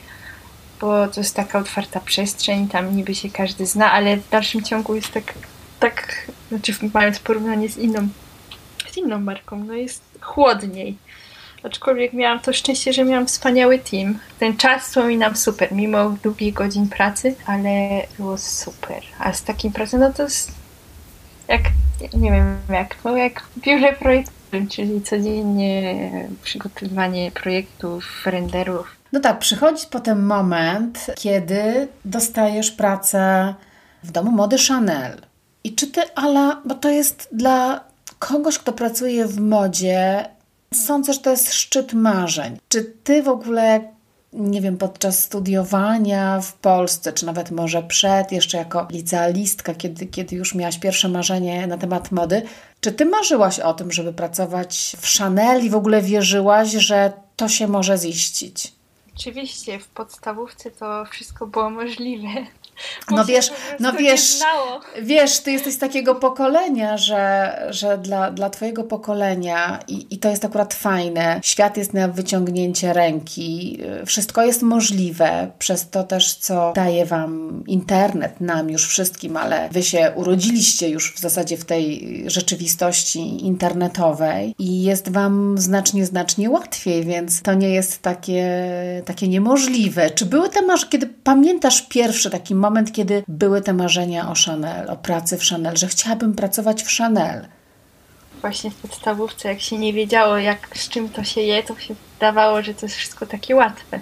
bo to jest taka otwarta przestrzeń, tam niby się każdy zna, ale w dalszym ciągu jest tak, tak znaczy mając porównanie z inną, z inną marką, no jest chłodniej. Aczkolwiek miałam to szczęście, że miałam wspaniały team. Ten czas wspominam super, mimo długich godzin pracy, ale było super. A z takim pracą, no to jest jak, nie wiem jak, no jak w biurze projektowym, czyli codziennie przygotowywanie projektów, renderów. No tak, przychodzi potem moment, kiedy dostajesz pracę w domu mody Chanel. I czy ty, Ala, bo to jest dla kogoś, kto pracuje w modzie, sądzę, że to jest szczyt marzeń. Czy ty w ogóle, nie wiem, podczas studiowania w Polsce, czy nawet może przed, jeszcze jako licealistka, kiedy, kiedy już miałaś pierwsze marzenie na temat mody, czy ty marzyłaś o tym, żeby pracować w Chanel i w ogóle wierzyłaś, że to się może ziścić? Oczywiście, w podstawówce to wszystko było możliwe. No wiesz, no wiesz, wiesz, ty jesteś z takiego pokolenia, że, że dla, dla twojego pokolenia i, i to jest akurat fajne, świat jest na wyciągnięcie ręki, wszystko jest możliwe przez to też, co daje wam internet, nam już wszystkim, ale wy się urodziliście już w zasadzie w tej rzeczywistości internetowej i jest wam znacznie, znacznie łatwiej, więc to nie jest takie, takie niemożliwe. Czy były te marzenia, kiedy pamiętasz pierwszy taki moment, moment, kiedy były te marzenia o Chanel, o pracy w Chanel, że chciałabym pracować w Chanel? Właśnie w podstawówce, jak się nie wiedziało, jak, z czym to się je, to się wydawało, że to jest wszystko takie łatwe.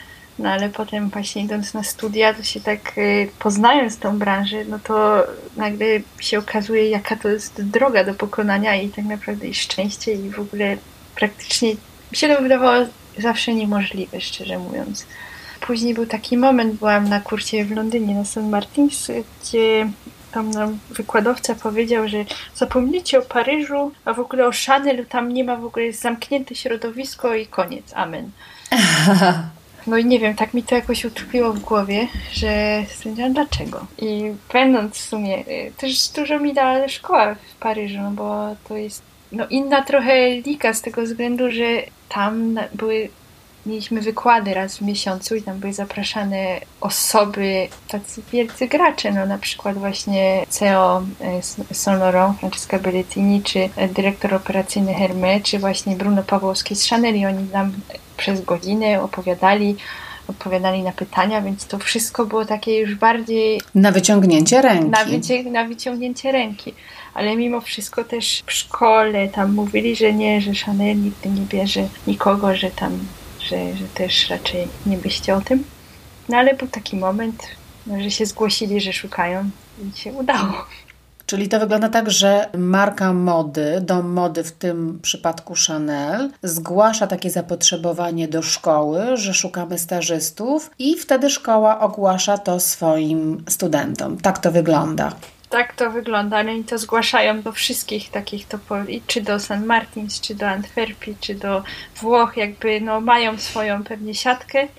No ale potem właśnie idąc na studia, to się tak y, poznając tą branżę, no to nagle się okazuje, jaka to jest droga do pokonania i tak naprawdę i szczęście i w ogóle praktycznie mi się to wydawało zawsze niemożliwe, szczerze mówiąc. Później był taki moment, byłam na kursie w Londynie, na Saint Martins, gdzie tam nam wykładowca powiedział, że zapomnijcie o Paryżu, a w ogóle o Chanel, tam nie ma w ogóle, jest zamknięte środowisko i koniec, amen. No i nie wiem, tak mi to jakoś utkwiło w głowie, że stwierdziłam, dlaczego. I będąc w sumie, też dużo mi dała szkoła w Paryżu, no bo to jest no inna trochę liga z tego względu, że tam były mieliśmy wykłady raz w miesiącu i tam były zapraszane osoby, tacy wielcy gracze, no na przykład właśnie C E O Saint Laurent, Francesca Bellettini, czy dyrektor operacyjny Hermès, czy właśnie Bruno Pawłowski z Chanel i oni nam przez godzinę opowiadali, odpowiadali na pytania, więc to wszystko było takie już bardziej... Na wyciągnięcie ręki. Na, wycią- na wyciągnięcie ręki. Ale mimo wszystko też w szkole tam mówili, że nie, że Chanel nigdy nie bierze nikogo, że tam Że, że też raczej nie byście o tym. No ale był taki moment, że się zgłosili, że szukają i się udało. Czyli to wygląda tak, że marka mody, dom mody w tym przypadku Chanel, zgłasza takie zapotrzebowanie do szkoły, że szukamy stażystów i wtedy szkoła ogłasza to swoim studentom. Tak to wygląda. Tak to wygląda, ale oni to zgłaszają do wszystkich takich topolii, czy do Saint Martins, czy do Antwerpii, czy do Włoch, jakby no mają swoją pewnie siatkę.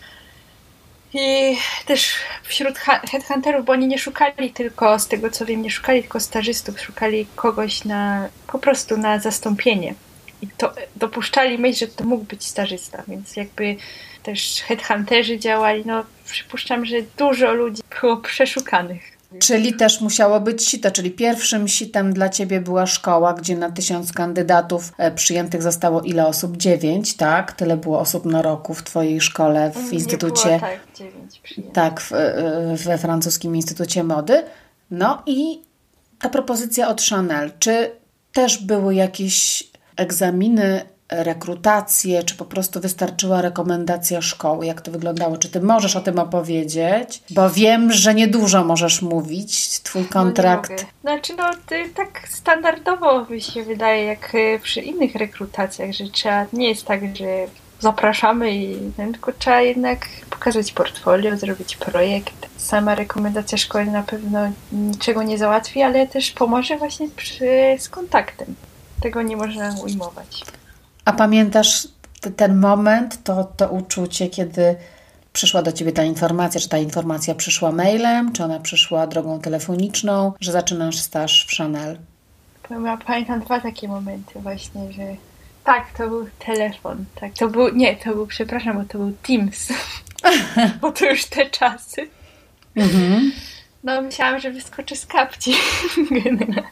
I też wśród headhunterów, bo oni nie szukali tylko, z tego co wiem, nie szukali tylko stażystów, szukali kogoś na, po prostu na zastąpienie. I to dopuszczali myśl, że to mógł być stażysta, więc jakby też headhunterzy działali, no przypuszczam, że dużo ludzi było przeszukanych. Czyli też musiało być sito, czyli pierwszym sitem dla Ciebie była szkoła, gdzie na tysiąc kandydatów przyjętych zostało ile osób? Dziewięć, tak? Tyle było osób na roku w Twojej szkole, w Nie instytucie. Było, tak, dziewięć przyjętych. Tak, w, we francuskim Instytucie Mody. No i ta propozycja od Chanel. Czy też były jakieś egzaminy, rekrutacje, czy po prostu wystarczyła rekomendacja szkoły? Jak to wyglądało? Czy Ty możesz o tym opowiedzieć? Bo wiem, że niedużo możesz mówić. Twój kontrakt... No nie mogę. Znaczy, no ty, tak standardowo mi się wydaje, jak przy innych rekrutacjach, że trzeba, nie jest tak, że zapraszamy i tylko trzeba jednak pokazać portfolio, zrobić projekt. Sama rekomendacja szkoły na pewno niczego nie załatwi, ale też pomoże właśnie przy, z kontaktem. Tego nie można ujmować. A pamiętasz t- ten moment, to, to uczucie, kiedy przyszła do Ciebie ta informacja, czy ta informacja przyszła mailem, czy ona przyszła drogą telefoniczną, że zaczynasz staż w Chanel? Ja pamiętam dwa takie momenty właśnie, że tak, to był telefon, tak, to był, nie, to był, przepraszam, bo to był Teams, bo to już te czasy. Mhm. No myślałam, że wyskoczę z kapci generalnie.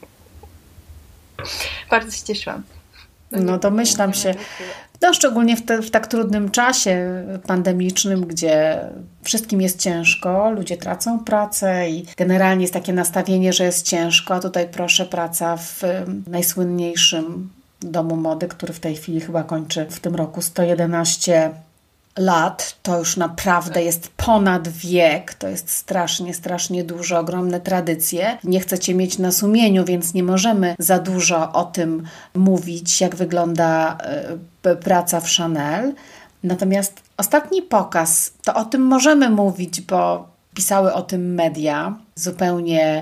Bardzo się cieszyłam. No, no domyślam się. No szczególnie w, te, w tak trudnym czasie pandemicznym, gdzie wszystkim jest ciężko, ludzie tracą pracę i generalnie jest takie nastawienie, że jest ciężko, a tutaj proszę, praca w najsłynniejszym domu mody, który w tej chwili chyba kończy w tym roku sto jedenaście lat, to już naprawdę jest ponad wiek, to jest strasznie, strasznie dużo, ogromne tradycje. Nie chcecie mieć na sumieniu, więc nie możemy za dużo o tym mówić, jak wygląda y, praca w Chanel. Natomiast ostatni pokaz, to o tym możemy mówić, bo pisały o tym media zupełnie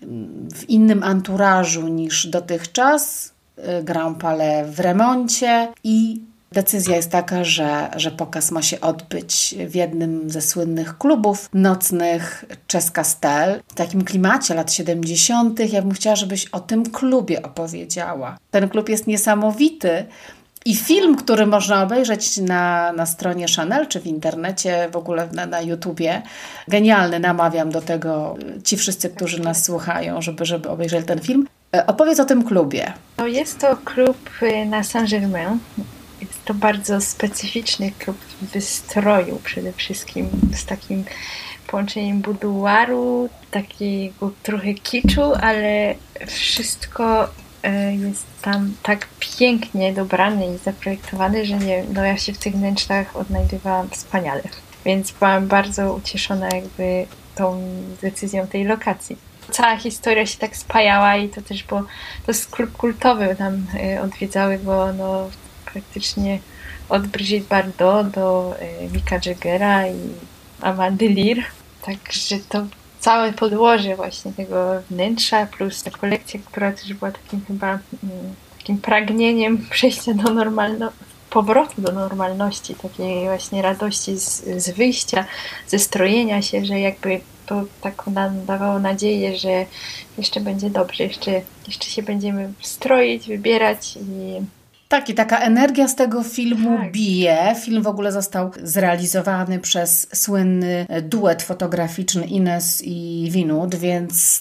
w innym anturażu niż dotychczas. Grand Palais w remoncie i decyzja jest taka, że, że pokaz ma się odbyć w jednym ze słynnych klubów nocnych Chez Castel. W takim klimacie lat siedemdziesiątych. Ja bym chciała, żebyś o tym klubie opowiedziała. Ten klub jest niesamowity i film, który można obejrzeć na, na stronie Chanel czy w internecie, w ogóle na, na YouTubie, genialny, namawiam do tego ci wszyscy, którzy nas słuchają, żeby, żeby obejrzeli ten film. Opowiedz o tym klubie. No jest to klub na Saint-Germain. Jest to bardzo specyficzny klub w wystroju przede wszystkim, z takim połączeniem buduaru, takiego trochę kiczu, ale wszystko jest tam tak pięknie dobrane i zaprojektowane, że nie, no ja się w tych wnętrzach odnajdywałam wspaniale. Więc byłam bardzo ucieszona jakby tą decyzją tej lokacji. Cała historia się tak spajała i to też było, to jest klub kultowy, tam odwiedzały go no praktycznie od Brigitte Bardot do y, Micka Jaggera i Amandy Lear. Także to całe podłoże właśnie tego wnętrza plus ta kolekcja, która też była takim chyba y, takim pragnieniem przejścia do normalności, powrotu do normalności, takiej właśnie radości z, z wyjścia, ze strojenia się, że jakby to tak nam dawało nadzieję, że jeszcze będzie dobrze, jeszcze, jeszcze się będziemy stroić, wybierać i tak, i taka energia z tego filmu tak. bije. Film w ogóle został zrealizowany przez słynny duet fotograficzny Ines i Vinod, więc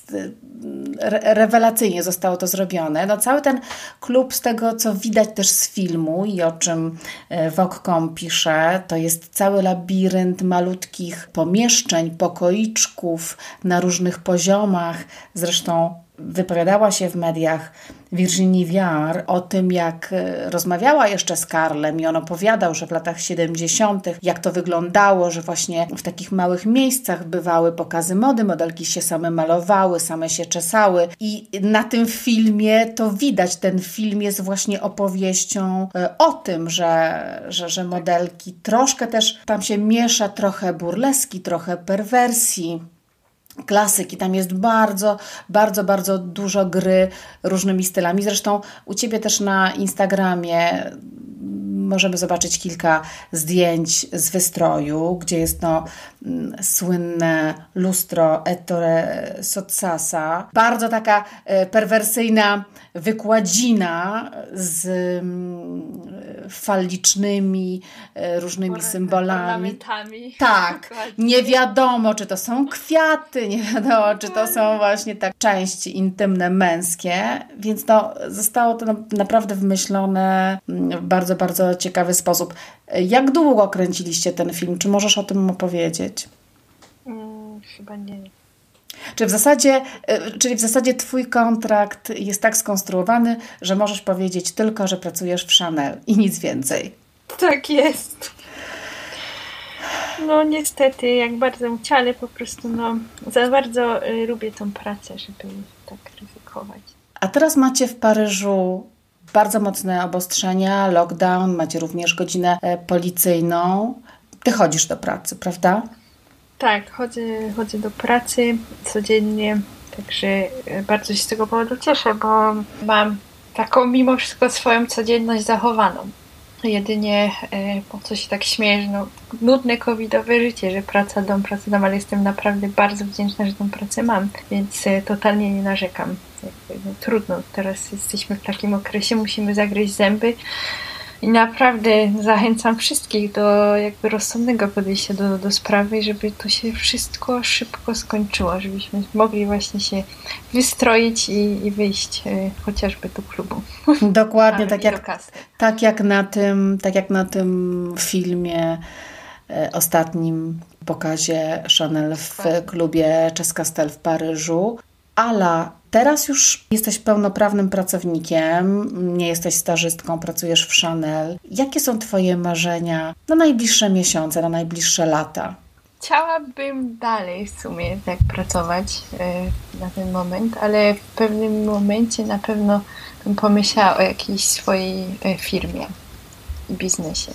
re- rewelacyjnie zostało to zrobione. No, cały ten klub, z tego co widać też z filmu i o czym Vogue kropka com pisze, to jest cały labirynt malutkich pomieszczeń, pokoiczków na różnych poziomach. Zresztą wypowiadała się w mediach Virginie Viard o tym, jak rozmawiała jeszcze z Karlem i on opowiadał, że w latach siedemdziesiątych jak to wyglądało, że właśnie w takich małych miejscach bywały pokazy mody, modelki się same malowały, same się czesały i na tym filmie to widać, ten film jest właśnie opowieścią o tym, że, że, że modelki troszkę też, tam się miesza trochę burleski, trochę perwersji, klasyki. Tam jest bardzo, bardzo, bardzo dużo gry różnymi stylami. Zresztą u Ciebie też na Instagramie możemy zobaczyć kilka zdjęć z wystroju, gdzie jest no słynne lustro Ettore Sottsassa. Bardzo taka perwersyjna wykładzina z falicznymi różnymi Or- symbolami. Tak. Nie wiadomo, czy to są kwiaty, nie wiadomo, czy to są właśnie tak części intymne, męskie, więc no, zostało to naprawdę wymyślone w bardzo, bardzo ciekawy sposób. Jak długo kręciliście ten film? Czy możesz o tym opowiedzieć? Hmm, chyba nie. Czy w zasadzie, czyli w zasadzie Twój kontrakt jest tak skonstruowany, że możesz powiedzieć tylko, że pracujesz w Chanel i nic więcej? Tak jest. No niestety, jak bardzo bym chciała, ale po prostu no, za bardzo y, lubię tą pracę, żeby tak ryzykować. A teraz macie w Paryżu bardzo mocne obostrzenia, lockdown, macie również godzinę policyjną. Ty chodzisz do pracy, prawda? Tak, chodzę, chodzę do pracy codziennie, także bardzo się z tego powodu cieszę, bo mam taką mimo wszystko swoją codzienność zachowaną. Jedynie e, po co się tak śmiejesz, no nudne covidowe życie, że praca, dom, praca, dom, ale jestem naprawdę bardzo wdzięczna, że tą pracę mam, więc e, totalnie nie narzekam. Jakby, no, trudno, teraz jesteśmy w takim okresie, musimy zagryźć zęby i naprawdę zachęcam wszystkich do jakby rozsądnego podejścia do, do sprawy, żeby to się wszystko szybko skończyło, żebyśmy mogli właśnie się wystroić i, i wyjść e, chociażby do klubu. Dokładnie, tak jak, tak jak na tym, tak jak na tym filmie e, ostatnim pokazie Chanel w klubie Chez-Castel w Paryżu. Ala, teraz już jesteś pełnoprawnym pracownikiem, nie jesteś stażystką, pracujesz w Chanel. Jakie są Twoje marzenia na najbliższe miesiące, na najbliższe lata? Chciałabym dalej w sumie tak pracować y, na ten moment, ale w pewnym momencie na pewno bym pomyślała o jakiejś swojej y, firmie i biznesie.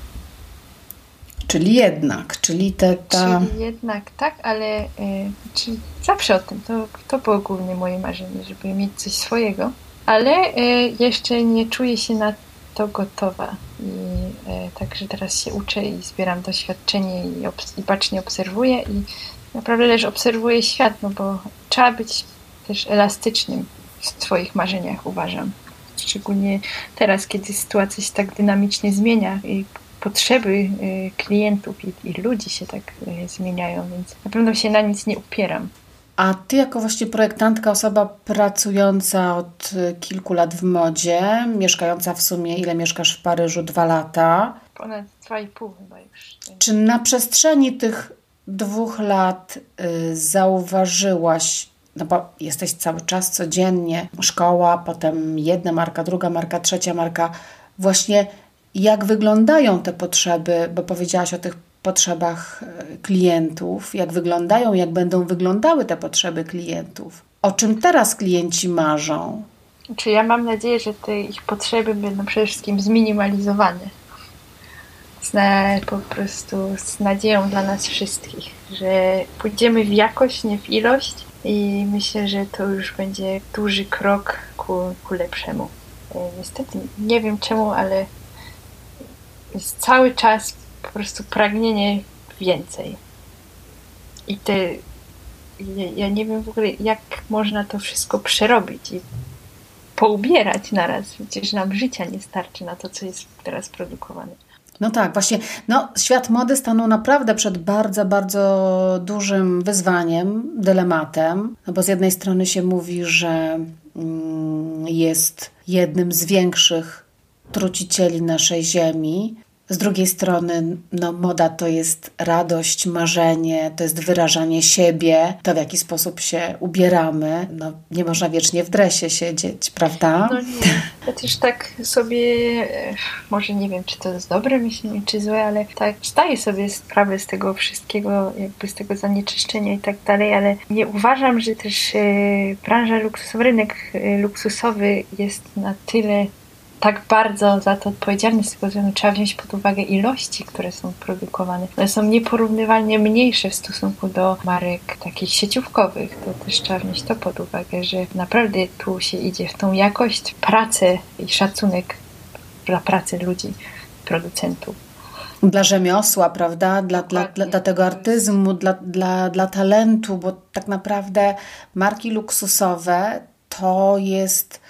Czyli jednak, czyli te ta... Czyli jednak tak, ale y, czyli zawsze o tym, to, to było główne moje marzenie, żeby mieć coś swojego, ale y, jeszcze nie czuję się na to gotowa i y, także teraz się uczę i zbieram doświadczenie i, obs- i bacznie obserwuję i naprawdę też obserwuję świat, no bo trzeba być też elastycznym w swoich marzeniach, uważam. Szczególnie teraz, kiedy sytuacja się tak dynamicznie zmienia i potrzeby klientów i, i ludzi się tak zmieniają, więc na pewno się na nic nie upieram. A Ty jako właśnie projektantka, osoba pracująca od kilku lat w modzie, mieszkająca w sumie, ile mieszkasz w Paryżu? Dwa lata. Ponad dwa i pół chyba już. Czy na przestrzeni tych dwóch lat y, zauważyłaś, no bo jesteś cały czas codziennie, szkoła, potem jedna marka, druga marka, trzecia marka, właśnie jak wyglądają te potrzeby, bo powiedziałaś o tych potrzebach klientów, jak wyglądają, jak będą wyglądały te potrzeby klientów. O czym teraz klienci marzą? Czy ja mam nadzieję, że te ich potrzeby będą przede wszystkim zminimalizowane. Z na, po prostu z nadzieją dla nas wszystkich, że pójdziemy w jakość, nie w ilość i myślę, że to już będzie duży krok ku, ku lepszemu. Niestety nie wiem czemu, ale jest cały czas po prostu pragnienie więcej. I te, ja, ja nie wiem w ogóle, jak można to wszystko przerobić i poubierać naraz. Przecież nam życia nie starczy na to, co jest teraz produkowane. No tak, właśnie. No, świat mody stanął naprawdę przed bardzo, bardzo dużym wyzwaniem, dylematem. No bo z jednej strony się mówi, że mm, jest jednym z większych trucicieli naszej ziemi, Z drugiej strony, no, moda to jest radość, marzenie, to jest wyrażanie siebie, to w jaki sposób się ubieramy. No, nie można wiecznie w dresie siedzieć, prawda? No nie. Ja też tak sobie, może nie wiem, czy to jest dobre myślenie, czy złe, ale tak zdaję sobie sprawę z tego wszystkiego, jakby z tego zanieczyszczenia i tak dalej, ale nie uważam, że też e, branża luksusowa, rynek e, luksusowy jest na tyle tak bardzo za to odpowiedzialny, z tego względu trzeba wziąć pod uwagę ilości, które są produkowane. One są nieporównywalnie mniejsze w stosunku do marek takich sieciówkowych. To też trzeba wziąć to pod uwagę, że naprawdę tu się idzie w tą jakość, pracę i szacunek dla pracy ludzi, producentów. Dla rzemiosła, prawda? Dla, dla, dla, dla tego artyzmu, dla, dla, dla talentu, bo tak naprawdę marki luksusowe to jest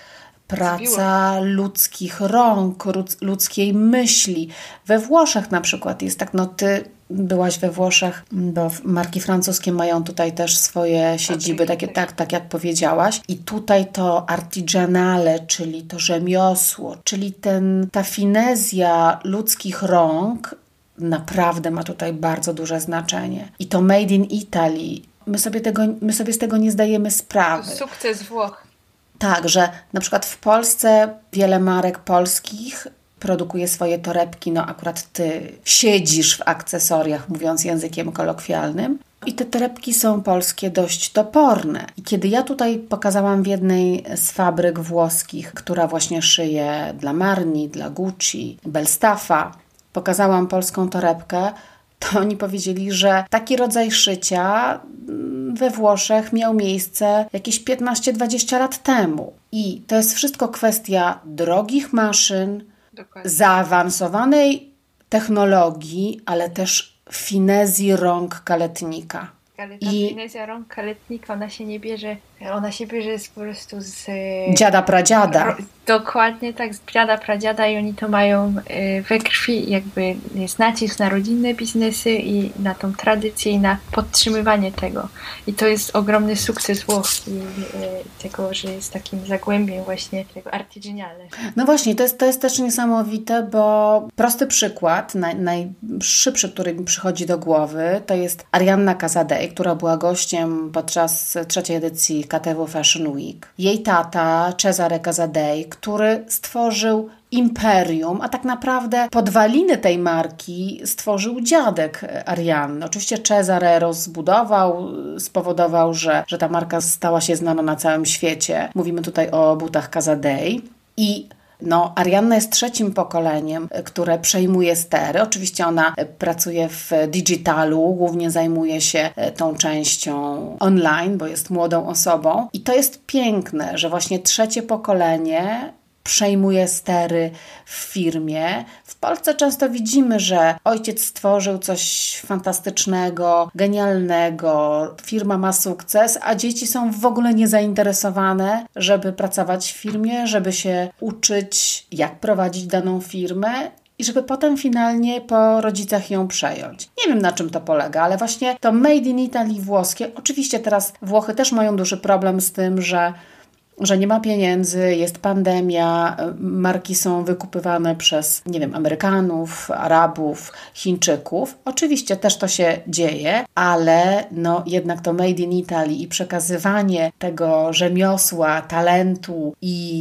praca ludzkich rąk, ludzkiej myśli. We Włoszech na przykład jest tak, no ty byłaś we Włoszech, bo marki francuskie mają tutaj też swoje siedziby, takie, tak, tak jak powiedziałaś. I tutaj to artigianale, czyli to rzemiosło, czyli ten, ta finezja ludzkich rąk naprawdę ma tutaj bardzo duże znaczenie. I to made in Italy. My sobie, tego, my sobie z tego nie zdajemy sprawy. To sukces Włoch. Tak, że na przykład w Polsce wiele marek polskich produkuje swoje torebki, no akurat ty siedzisz w akcesoriach, mówiąc językiem kolokwialnym, i te torebki są polskie dość toporne. I kiedy ja tutaj pokazałam w jednej z fabryk włoskich, która właśnie szyje dla Marni, dla Gucci, Belstaffa, pokazałam polską torebkę, to oni powiedzieli, że taki rodzaj szycia we Włoszech miał miejsce jakieś piętnaście dwadzieścia lat temu. I to jest wszystko kwestia drogich maszyn, dokładnie, zaawansowanej technologii, ale też finezji rąk kaletnika. Ale ta I... finezja rąk kaletnika, ona się nie bierze, ona się bierze z, po prostu z... dziada pradziada. Ro, dokładnie tak, z dziada pradziada i oni to mają we krwi, jakby jest nacisk na rodzinne biznesy i na tą tradycję i na podtrzymywanie tego. I to jest ogromny sukces Włoch i tego, że jest takim zagłębiem właśnie tego artigianale. No właśnie, to jest, to jest też niesamowite, bo prosty przykład, naj, najszybszy, który mi przychodzi do głowy, to jest Arianna Casadei, która była gościem podczas trzeciej edycji K T W Fashion Week. Jej tata, Cesare Casadei, który stworzył imperium, a tak naprawdę podwaliny tej marki stworzył dziadek Arianny. Oczywiście Cesare rozbudował, spowodował, że, że ta marka stała się znana na całym świecie. Mówimy tutaj o butach Casadei. I no, Arianna jest trzecim pokoleniem, które przejmuje stery. Oczywiście ona pracuje w digitalu, głównie zajmuje się tą częścią online, bo jest młodą osobą. I to jest piękne, że właśnie trzecie pokolenie przejmuje stery w firmie. W Polsce często widzimy, że ojciec stworzył coś fantastycznego, genialnego, firma ma sukces, a dzieci są w ogóle niezainteresowane, żeby pracować w firmie, żeby się uczyć, jak prowadzić daną firmę i żeby potem finalnie po rodzicach ją przejąć. Nie wiem, na czym to polega, ale właśnie to made in Italy włoskie, oczywiście teraz Włochy też mają duży problem z tym, że że nie ma pieniędzy, jest pandemia, marki są wykupywane przez, nie wiem, Amerykanów, Arabów, Chińczyków. Oczywiście też to się dzieje, ale no jednak to made in Italy i przekazywanie tego rzemiosła, talentu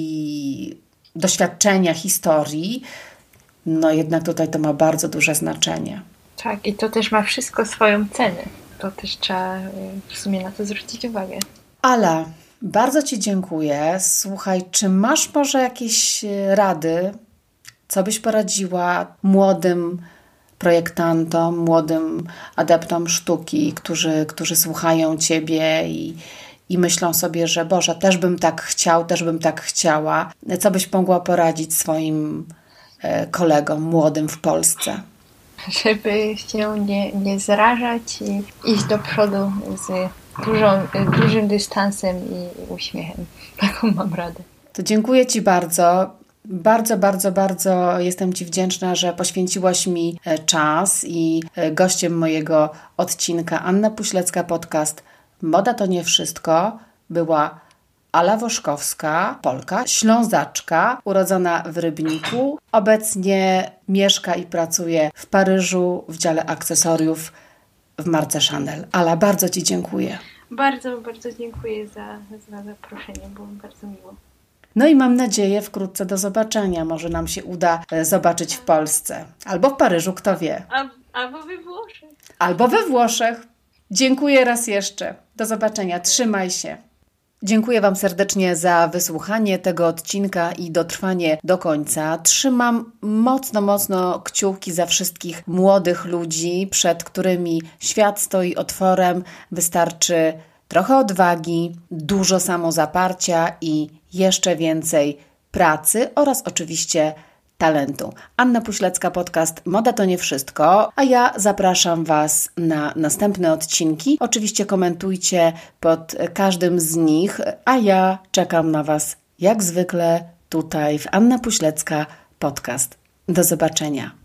i doświadczenia, historii, no jednak tutaj to ma bardzo duże znaczenie. Tak, i to też ma wszystko swoją cenę. To też trzeba w sumie na to zwrócić uwagę. Ala, bardzo Ci dziękuję. Słuchaj, czy masz może jakieś rady, co byś poradziła młodym projektantom, młodym adeptom sztuki, którzy, którzy słuchają Ciebie i, i myślą sobie, że Boże, też bym tak chciał, też bym tak chciała. Co byś mogła poradzić swoim kolegom młodym w Polsce? Żeby się nie, nie zrażać i iść do przodu z Dużą, dużym dystansem i uśmiechem. Taką mam radę. To dziękuję Ci bardzo. Bardzo, bardzo, bardzo jestem Ci wdzięczna, że poświęciłaś mi czas i gościem mojego odcinka Anna Puślecka podcast Moda to nie wszystko była Ala Woszkowska, Polka, Ślązaczka, urodzona w Rybniku. Obecnie mieszka i pracuje w Paryżu w dziale akcesoriów w marce Chanel. Ala, bardzo Ci dziękuję. Bardzo, bardzo dziękuję za, za zaproszenie, było mi bardzo miło. No i mam nadzieję wkrótce do zobaczenia. Może nam się uda zobaczyć w Polsce. Albo w Paryżu, kto wie. A, albo we Włoszech. Albo we Włoszech. Dziękuję raz jeszcze. Do zobaczenia. Trzymaj się. Dziękuję Wam serdecznie za wysłuchanie tego odcinka i dotrwanie do końca. Trzymam mocno, mocno kciuki za wszystkich młodych ludzi, przed którymi świat stoi otworem. Wystarczy trochę odwagi, dużo samozaparcia i jeszcze więcej pracy oraz oczywiście talentu. Anna Puślecka, podcast Moda to nie wszystko, a ja zapraszam Was na następne odcinki. Oczywiście komentujcie pod każdym z nich, a ja czekam na Was jak zwykle tutaj w Anna Puślecka podcast. Do zobaczenia.